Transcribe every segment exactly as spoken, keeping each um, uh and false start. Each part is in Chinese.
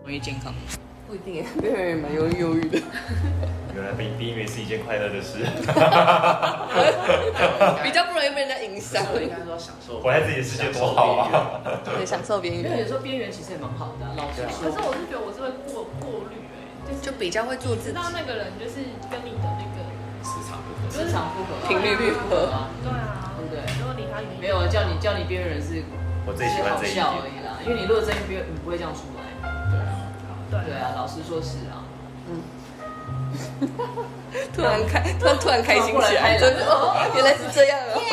容易健康。 不一定，边缘人蛮容易忧郁的。 原来边边缘是一件快乐的事， 比较不容易被人家影响。 应该说享受， 活在自己的世界多好啊！ 对，享受边缘。 因为有时候边缘其实也蛮好的、啊，老实说。 可是我是觉得我是会过过滤哎、欸， 就比较会做自己。 知道那个人就是跟你的那个磁场不合， 就是磁场不合， 频率不合啊， 对啊， 对不对？ 如果离他远一点， 没有叫你叫你边缘人是， 我最喜欢这一点是好笑而已啦，因为你如果真边你不会这样出来。对啊， 对对啊，老实说是啊。 嗯。突然开，突然突然开心起来，真的哦，原来是这样哦。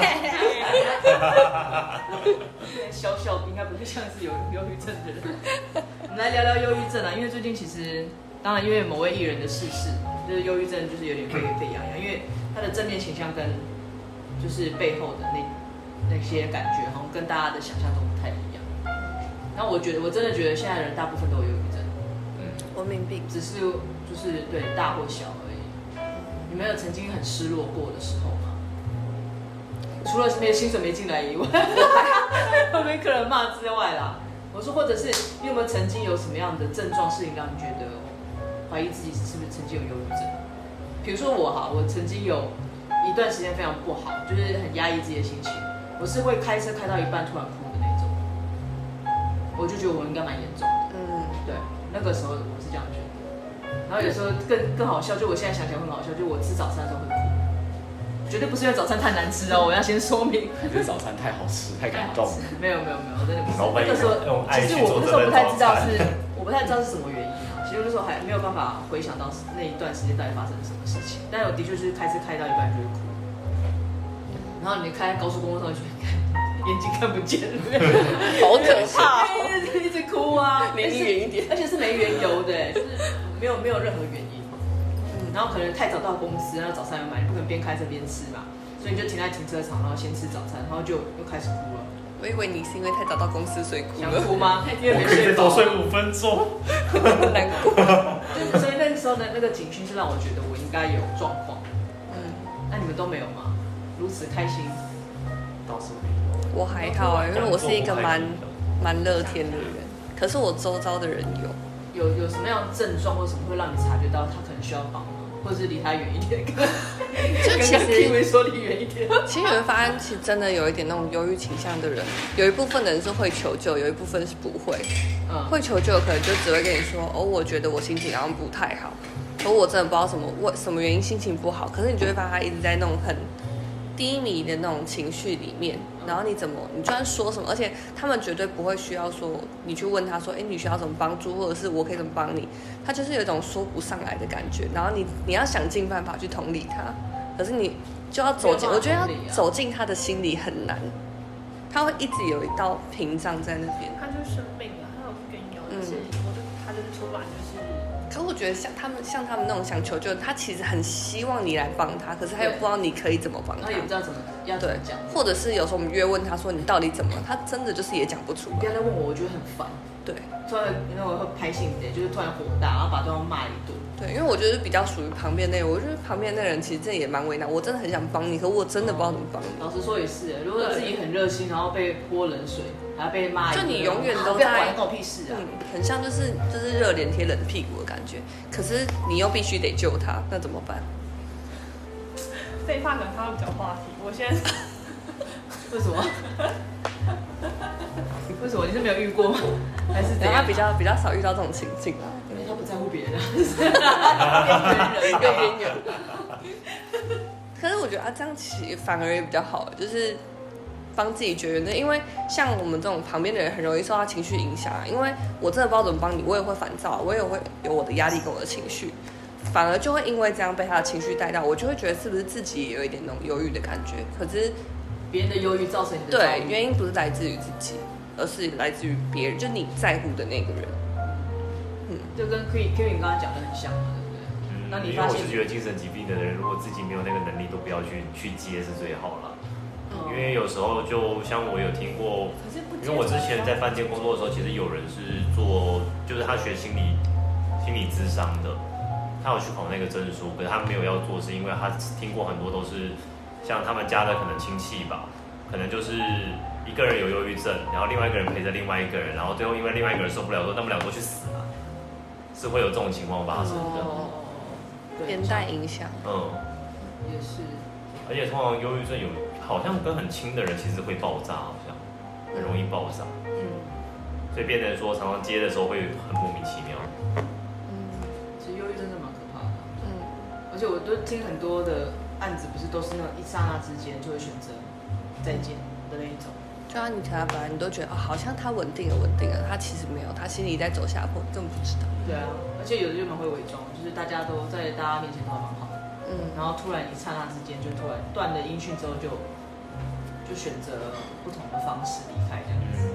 笑笑应该不是像是有忧郁症的人。我们来聊聊忧郁症啊，因为最近其实，当然因为某位艺人的逝世，就是忧郁症就是有点沸沸扬扬，因为他的正面倾向跟就是背后的那那些感觉，好像跟大家的想象都不太一样。然后我觉得，我真的觉得现在的人大部分都有忧郁症， 嗯，文明病， 只是就是对大或小而已。你们有曾经很失落过的时候吗？除了没薪水没进来以外，会被客人骂之外啦，我说，或者是你有没有曾经有什么样的症状，是你让你觉得怀疑自己是不是曾经有忧郁症？比如说我哈，我曾经有一段时间非常不好，就是很压抑自己的心情，我是会开车开到一半突然哭的那种，我就觉得我应该蛮严重的。 嗯， 对，那个时候我是这样觉得。然后有时候更更好笑，就我现在想起来很好笑，就我吃早餐的时候会哭，绝对不是因为早餐太难吃哦，我要先说明。 你这早餐太好吃，太感动。 没有没有没有，真的不是。 老板那个时候用爱其去做这实我那时候不份早太知道餐。 是，我不太知道是什么原因啊。其实那时候还没有办法回想到那一段时间到底发生了什么事情，但我的确就是开车开到一半就会哭，然后你开高速公路上去看，眼睛看不见了， 好可怕， 一直哭啊， 离你远一点， 而且是没缘由的，就是没有没有任何原因。然后可能太早到公司，然后早餐要买，你不可能边开车边吃嘛，所以你就停在停车场，然后先吃早餐，然后就又开始哭了。 我以为你是因为太早到公司所以哭想了， 哭吗？因为我可以再没睡饱。 多睡五分钟。 难过。 对，所以那个时候的那个警讯是让我觉得我应该有状况。嗯，那你们都没有吗？如此开心？ 倒是没有。 我还好，因为我是一个蛮蛮乐天的人，可是我周遭的人有。 有有什么样的症状或什么会让你察觉到他可能需要帮忙？或者是离他远一点， 就其实刚刚 Kiwi 说离远一点。 其实你会发现，其实真的有一点那种忧郁倾向的人，有一部分的人是会求救，有一部分是不会。嗯，会求救可能就只会跟你说，哦，我觉得我心情好像不太好，可我真的不知道什么为什么原因心情不好，可是你就会发现他一直在那种很低迷的那种情绪里面，然后你怎么，你就算说什么，而且他们绝对不会需要说你去问他说，哎，你需要什么帮助，或者是我可以怎么帮你，他就是有一种说不上来的感觉，然后你你要想尽办法去同理他，可是你就要走进，我觉得要走进他的心里很难，他会一直有一道屏障在那边。 他就是生病了，他有跟你有，但是我就他就是突然就是。 可我觉得像他们像他们那种想求救，他其实很希望你来帮他，可是他又不知道你可以怎么帮他， 他也不知道怎么要怎么讲， 或者是有时候我们约问他说你到底怎么，他真的就是也讲不出来。 不要再问我，我觉得很烦。 对， 突然因为我会拍性的，就是突然火大，然后把对方骂一顿。 对，因为我觉得比较属于旁边那人，我觉得旁边那人其实真的也蛮为难，我真的很想帮你，可我真的不知道怎么帮你。 老实说也是，如果自己很热心，然后被泼冷水，还要被骂一顿， 就你永远都在管我屁事啊， 嗯，很像就是就是热脸贴冷屁股的感觉，可是你又必须得救他，那怎么办？ 这一趴可能他会比较话题，我先为什么？为什么？你是没有遇过吗？还是怎样？ 他比较比较少遇到这种情境啊， 因为他不在乎别人， 又边缘。可是我觉得啊，这样其实反而也比较好，就是帮自己绝缘的，因为像我们这种旁边的人很容易受到情绪影响啊。因为我真的不知道怎么帮你，我也会烦躁，我也会有我的压力跟我的情绪，反而就会因为这样被他的情绪带到，我就会觉得是不是自己也有一点那种忧郁的感觉。可是别人的忧郁造成你的对原因不是来自于自己，而是来自于别人，就你在乎的那个人。 嗯，就跟 Kevin 刚刚讲的很像嘛，对不对？ 嗯， 那你因为我是觉得精神疾病的人，如果自己没有那个能力，都不要去去接是最好了。因为有时候就像我有听过，因为我之前在饭店工作的时候，其实有人是做，就是他学心理心理咨商的，他有去考那个证书，可是他没有要做，是因为他听过很多都是像他们家的可能亲戚吧，可能就是一个人有忧郁症，然后另外一个人陪着另外一个人，然后最后因为另外一个人受不了，说那么两个都去死啊，是会有这种情况发生的。 哦， 连带影响。 嗯， 也是。 而且通常忧郁症有好像跟很轻的人其实会爆炸，好像很容易爆炸。嗯，所以变成说常常接的时候会很莫名其妙。 嗯，其实忧郁症真的蛮可怕的。嗯，而且我都听很多的案子，不是都是那种一刹那之间就会选择再见的那一种。 就像你调他本来你都觉得哦，好像他稳定了，稳定了，他其实没有，他心里在走下坡，你根本不知道。 对啊，而且有的就蛮会伪装，就是大家都在大家面前都蛮好。嗯，然后突然一刹那之间就突然断了音讯之后就就选择不同的方式离开这样子。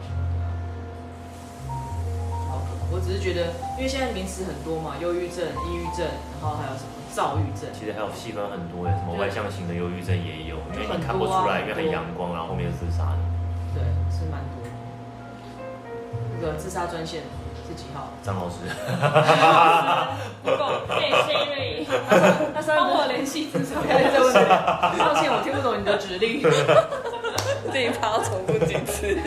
好，我只是觉得，因为现在名词很多嘛，忧郁症、抑郁症，然后还有什么躁郁症。 其实还有细分很多耶，什么外向型的忧郁症也有，因为你看不出来，因为很阳光，然后后面自杀的。 对，是蛮多。那个自杀专线。是几号？ 张老师， 不够，谢谢 Siri， 他说帮我联系自杀。 在问你，抱歉，我听不懂你的指令。 这一趴要重复几次？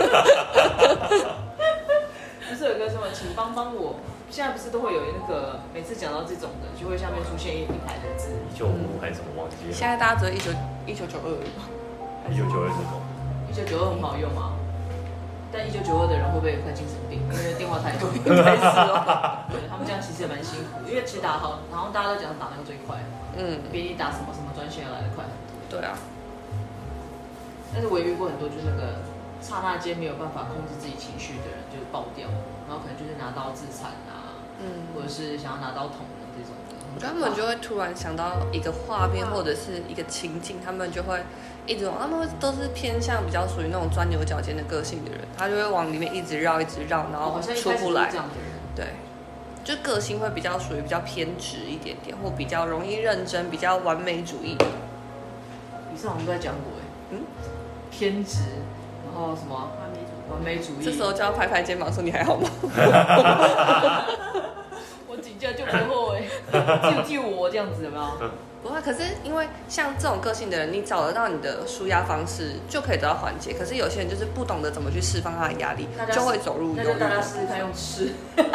不是有个什么，请帮帮我。现在不是都会有那个，每次讲到这种的，就会下面出现一一排的字， 一九五还是什么忘记了。 现在大家只有一九一九九二， 一九九二是什么？ 一九九二很好用吗？但一九九二的人会不会有快精神病？因为电话太多，太死了。对，他们这样其实也蛮辛苦，因为其实打好，然后大家都讲打那个最快，嗯，比你打什么什么专线要来得快很多。 对啊。 但是我也遇过很多，就是那个刹那间没有办法控制自己情绪的人，就是爆掉，然后可能就是拿刀自残啊，嗯，或者是想要拿刀捅人这种的。 我觉得他们就会突然想到一个画面或者是一个情境，他们就会一直往，他们都是偏向比较属于那种钻牛角尖的个性的人，他就会往里面一直绕，一直绕，然后出不来。 这样的人， 对，就个性会比较属于比较偏执一点点，或比较容易认真，比较完美主义。 以上我们都在讲过，哎，嗯，偏执，然后什么完美主义，完美主义。 这时候就要拍拍肩膀说你还好吗？ 我请假就不会，救救我这样子有没有？ 不会，可是因为像这种个性的人，你找得到你的抒压方式，就可以得到缓解。可是有些人就是不懂得怎么去释放他的压力，就会走入忧郁。 那就大家试试看用吃。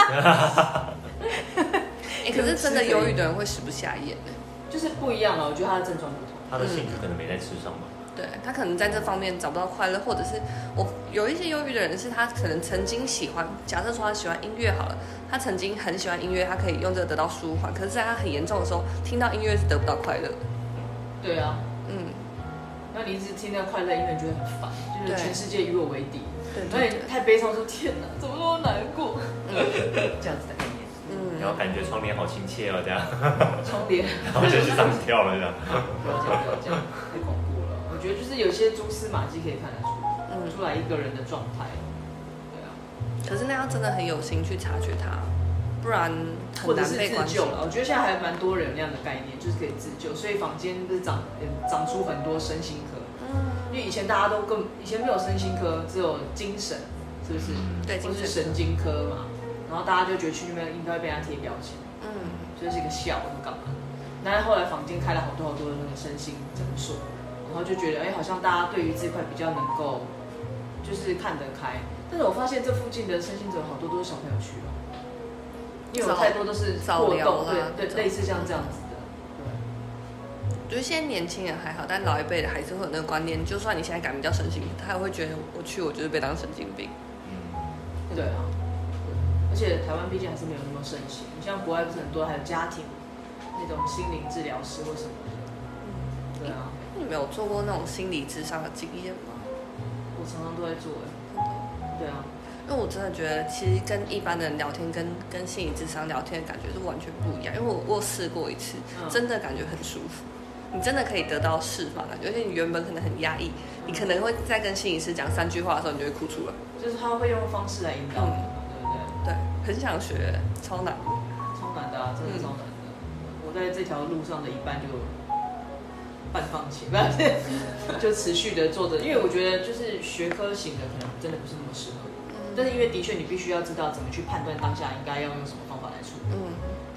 哎，可是真的忧郁的人会食不下咽的， 就是不一样了。我觉得他的症状不同， 他的兴趣可能没在吃上吧。 对，他可能在这方面找不到快乐，或者是我有一些忧郁的人是他可能曾经喜欢，假设说他喜欢音乐好了，他曾经很喜欢音乐，他可以用这个得到舒缓，可是在他很严重的时候，听到音乐是得不到快乐的。 对啊，嗯，那你一直听那个快乐音乐，觉得很烦，就是全世界与我为敌。对，那你太悲伤，说天哪，怎么那么难过？嗯，这样子的概念。 嗯，然后感觉窗帘好亲切哦，这样。 窗帘， 然后就去上跳了，这样。 不要这样，不要这样，太恐怖了。我觉得就是有些蛛丝马迹可以看得出，嗯，出来一个人的状态。对啊。 可是那要真的很有心去察觉它，不然很难被关注。 我觉得现在还蛮多人那样的概念，就是可以自救，所以坊间不是长长出很多身心科。嗯。因为以前大家都更以前没有身心科，只有精神，是不是？ 对， 或是神经科嘛。然后大家就觉得去那边应该会被他贴标签，嗯，就是一个笑或干嘛。但是后来坊间开了好多好多的那个身心诊所，然后就觉得哎，好像大家对于这块比较能够就是看得开。但是我发现这附近的身心诊好多都是小朋友去了，因为有太多都是过动，对对，类似像这样子的。对， 我觉得现在年轻人还好，但老一辈的还是会有那个观念，就算你现在改名叫神经病，他也会觉得我去我就是被当神经病。 嗯，对啊。而且台湾毕竟还是没有那么盛行，你像国外不是很多，还有家庭那种心灵治疗师或什么的。嗯，对啊。 你没有做过那种心理咨商的经验吗？ 我常常都在做哎。对啊。 因为我真的觉得，其实跟一般的人聊天，跟跟心理咨商聊天的感觉是完全不一样。因为我我有试过一次，嗯、真的感觉很舒服。你真的可以得到释放感觉，而且你原本可能很压抑，你可能会在跟心理师讲三句话的时候，你就会哭出来。 就是他会用方式来引导你。嗯对，很想学，超难， 超难的啊，真的超难的。嗯、我在这条路上的一半就半放弃，不是，就持续的做着，因为我觉得就是学科型的可能真的不是那么适合。嗯、但是因为的确你必须要知道怎么去判断当下应该要用什么方法来处理。嗯，对啊。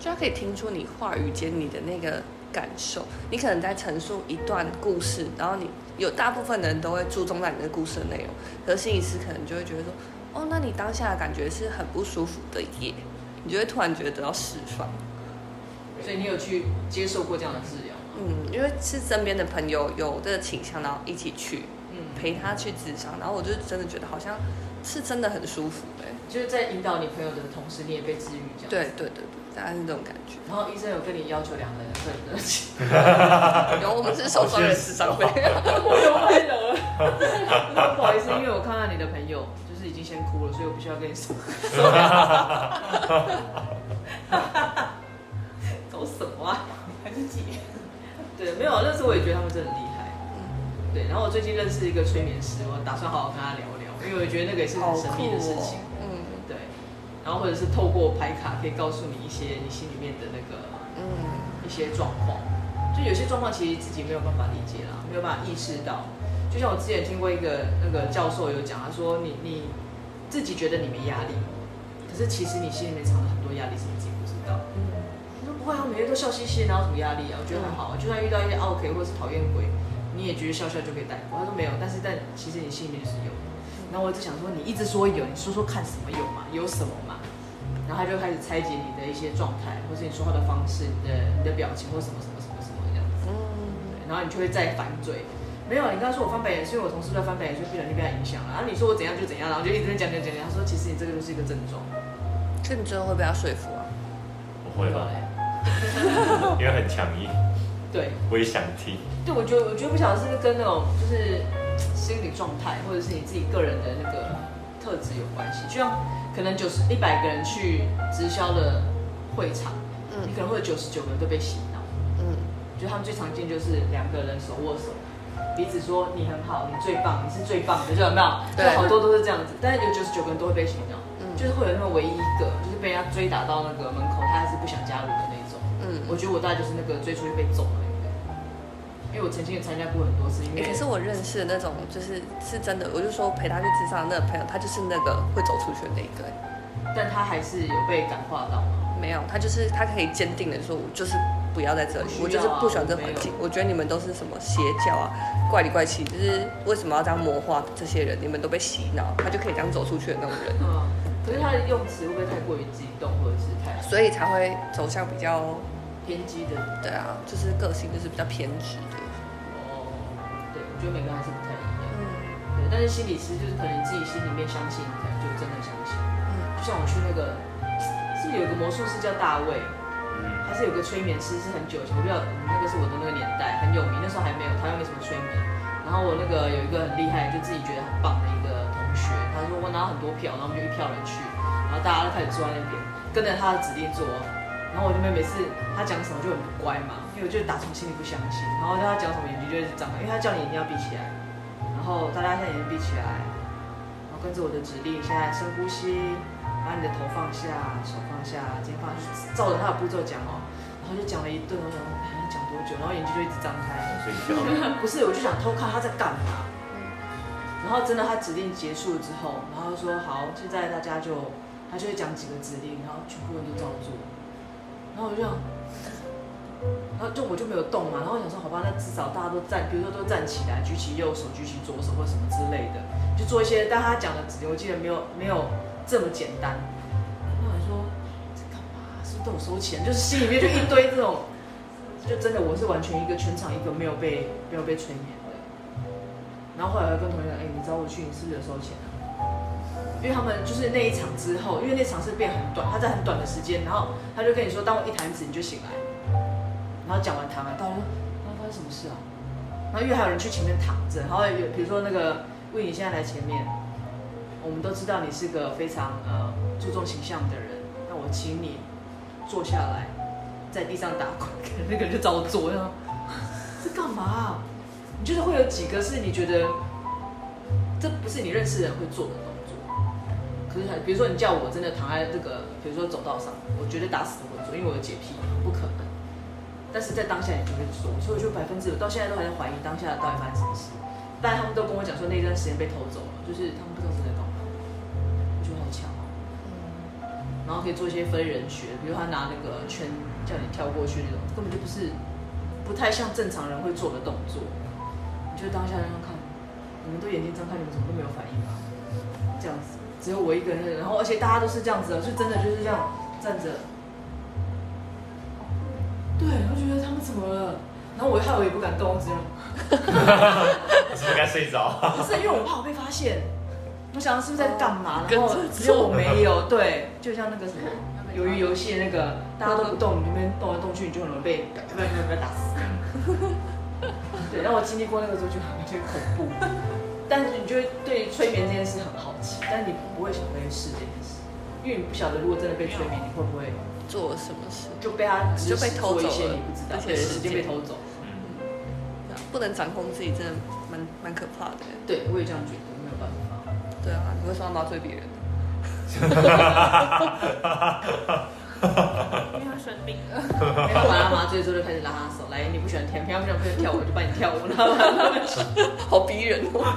就他可以听出你话语间你的那个感受。你可能在陈述一段故事，然后你有大部分的人都会注重在你的故事的内容，可是心理师可能就会觉得说，哦，那你当下的感觉是很不舒服的耶，你就会突然觉得得到释放。 所以你有去接受过这样的治疗吗？ 嗯，因为是身边的朋友有这个倾向，然后一起去， 嗯， 陪他去咨商，然后我就真的觉得好像是真的很舒服的。 就是在引导你朋友的同时，你也被治愈这样。 对对对对，大概是这种感觉。 然后医生有跟你要求两人份的钱？ 有，我们是手双人智商费。 我又歪了。不好意思，因为我看到你的朋友就是已经先哭了，所以我必须要跟你说。搞什么啊？还是几？对，没有，那时候我也觉得他们真的很厉害。嗯，对。然后我最近认识一个催眠师，我打算好好跟他聊聊，因为我觉得那个也是很神秘的事情。哦、嗯，对。然后或者是透过牌卡可以告诉你一些你心里面的那个嗯一些状况，就有些状况其实自己没有办法理解啦，没有办法意识到。就像我之前听过一个那个教授有讲，他说你你自己觉得你没压力，可是其实你心里面藏了很多压力是你自己不知道。嗯，他说不会啊，每天都笑嘻嘻，哪有什么压力啊？我觉得还好，就算遇到一些 OK 或者是讨厌鬼，你也觉得笑笑就可以带过。他说没有，但是但其实你心里面就是有。然后我一直想说，你一直说有，你说说看什么有嘛？有什么嘛？然后他就开始拆解你的一些状态，或是你说话的方式、你的你的表情或什么什么什么什么这样子。嗯。然后你就会再反嘴，没有，你刚刚说我翻白眼，是因为我同事在翻白眼，所以不小心被他影响了。然后你说我怎样就怎样，然后就一直在讲讲讲讲。他说其实你这个就是一个症状。 所以你最后会被他说服啊？ 不会吧？因为很强硬。对。我也想听。 对，我觉得我觉得不晓得是不是跟那种就是心理状态，或者是你自己个人的那个特质有关系。就像可能九十一百个人去直销的会场，嗯，你可能会有九十九个人都被洗脑，嗯，就他们最常见就是两个人手握手，彼此说你很好，你最棒，你是最棒的，就有没有？就好多都是这样子，但是有九十九个人都会被洗脑，嗯，就是会有那么唯一一个，就是被人家追打到那个门口，他还是不想加入的那种，嗯，我觉得我大概就是那个追出去被揍了。因为我曾经也参加过很多次，因为、 欸、可是我认识的那种就是是真的，我就说陪他去咨商的那个朋友，他就是那个会走出去的那一个， 但他还是有被感化到吗？ 没有，他就是他可以坚定的说，我就是不要在这里，我, 啊、我就是不喜欢这环境。我觉得你们都是什么邪教啊，怪里怪气，就是为什么要这样魔化这些人？你们都被洗脑，他就可以这样走出去的那种人。 嗯，可是他的用词会不会太过于激动，或者是太…… 所以才会走向比较偏激的。 对啊，就是个性就是比较偏执的。 我觉得每个人还是不太一样，嗯，对。但是心理师就是可能你自己心里面相信，你可能就真的相信。嗯，就像我去那个，是不是有个魔术师叫大卫？嗯，还是有个催眠师是很久以前，我不知道，那个是我的那个年代很有名，那时候还没有台湾没什么催眠。然后我那个有一个很厉害，就自己觉得很棒的一个同学，他说我拿很多票，然后我们就一票人去，然后大家都开始坐在那边，跟着他的指令做。然后我就每每次他讲什么就很不乖嘛，因为我就打从心里不相信。然后他讲什么眼睛就一直张开，因为他叫你眼睛要闭起来。然后大家现在眼睛闭起来，然后跟着我的指令，现在深呼吸，把你的头放下，手放下，肩放下，照着他的步骤讲哦。然后就讲了一顿，我想哎要讲多久？然后眼睛就一直张开。 睡觉。 不是，我就想偷看他在干嘛。然后真的他指令结束之后，然后说好，现在大家就他就会讲几个指令，然后全部人都照做。然后我就想，然后就我就没有动嘛，然后我想说好吧，那至少大家都站，比如说都站起来，举起右手，举起左手或什么之类的，就做一些。但他讲的指令，我记得没有没有这么简单。然后我说在干嘛？是不是都有收钱？就是心里面就一堆这种，就真的我是完全一个全场一个没有被没有被催眠的。然后后来我跟同学讲，哎、欸，你找我去，你是不是有收钱啊？因为他们就是那一场之后，因为那场是变很短，他在很短的时间，然后他就跟你说，当我一弹指你就醒来，然后讲完弹完，大家说，啊发生什么事啊？然后因为还有人去前面躺着，然后有比如说那个为你现在来前面，我们都知道你是个非常呃注重形象的人，那我请你坐下来，在地上打滚，那个人就照做，然后这干嘛、啊？你就是会有几个是你觉得这不是你认识的人会做的动作。可是，比如说你叫我真的躺在这个，比如说走道上，我绝对打死都不会做，因为我有洁癖，不可能。但是在当下你就会做，所以我就百分之百到现在都还在怀疑当下到底发生什么事。但他们都跟我讲说那段时间被偷走了，就是他们不知道是在干嘛，我觉得好强哦。嗯， 然后可以做一些分人学，比如他拿那个圈叫你跳过去那种，根本就不是不太像正常人会做的动作。你就当下那样看，你们都眼睛张开，你们怎么都没有反应啊？这样子，只有我一个人，然后而且大家都是这样子的，就真的就是这样站着。对，我觉得他们怎么了？然后我害我也不敢动，我只样。 是不是该睡着？ 不是，因为我怕我被发现。我想是不是在干嘛？然后只有我没有，对，就像那个什么鱿鱼游戏那个，大家都不动，你那边动来动去，你就很容易被被被被打死。对，然后我经历过那个之后，就很觉得恐怖。但是你就会对催眠这件事很好奇，但是你不会想再去试这件事，因为你不晓得如果真的被催眠，你会不会做了什么事？ 就被他就被偷走了一些你不知道，对，时间被偷走。 嗯，不能掌控自己，真的蛮蛮可怕的。 对，我也这样觉得，没有办法。 对啊，你为什么要麻醉别人？ 因为他生病了。 没有把他麻醉之后就开始拉他手，来，你不喜欢跳，平常不想跳舞，我就帮你跳舞，然后好逼人哦。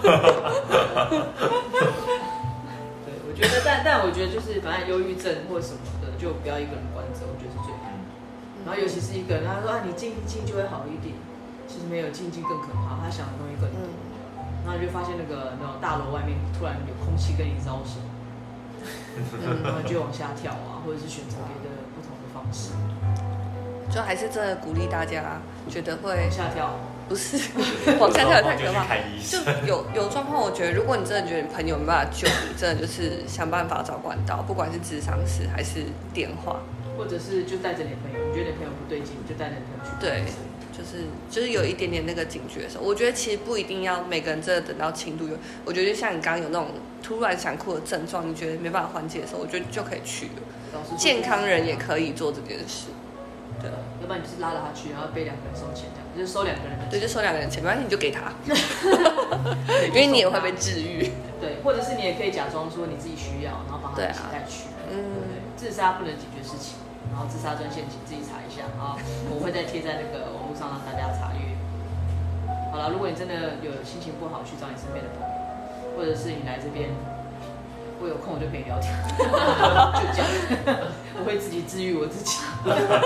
对，我觉得，但但我觉得就是反正忧郁症或什么的，就不要一个人关着，我觉得是最好。然后尤其是一个人，他说啊，你静一静就会好一点，其实没有，静一静更可怕，他想的东西更多。然后你就发现那个那种大楼外面突然有空气跟你招手，嗯，然后就往下跳啊，或者是选择别的不同的方式。 就还是真的鼓励大家，觉得会往下跳， 不是往下跳也太可怕。 就有有状况，我觉得如果你真的觉得你朋友没办法救你，真的就是想办法找管道，不管是諮商室还是电话， 或者是就带着你朋友，你觉得你朋友不对劲，你就带着你朋友去。 对。就是就是有一点点那个警觉的时候，我觉得其实不一定要每个人真的等到轻度有，我觉得就像你刚刚有那种突然想哭的症状，你觉得没办法缓解的时候，我觉得就可以去了。健康人也可以做这件事，对。 要不然你就是拉着他去，然后背两个人收钱这样，就是收两个人的钱。 对，就收两个人钱，没关系，你就给他，因为你也会被治愈。 对，或者是你也可以假装说你自己需要，然后帮他一起带去。嗯，对，自杀不能解决事情。然后自杀专线请自己查一下啊，我会再贴在那个网络上让大家查阅。好了，如果你真的有心情不好，去找你身边的朋友，或者是你来这边，我有空我就陪你聊天，就这样，我会自己治愈我自己。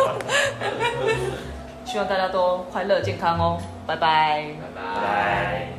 希望大家都快乐健康哦，拜拜， 拜拜。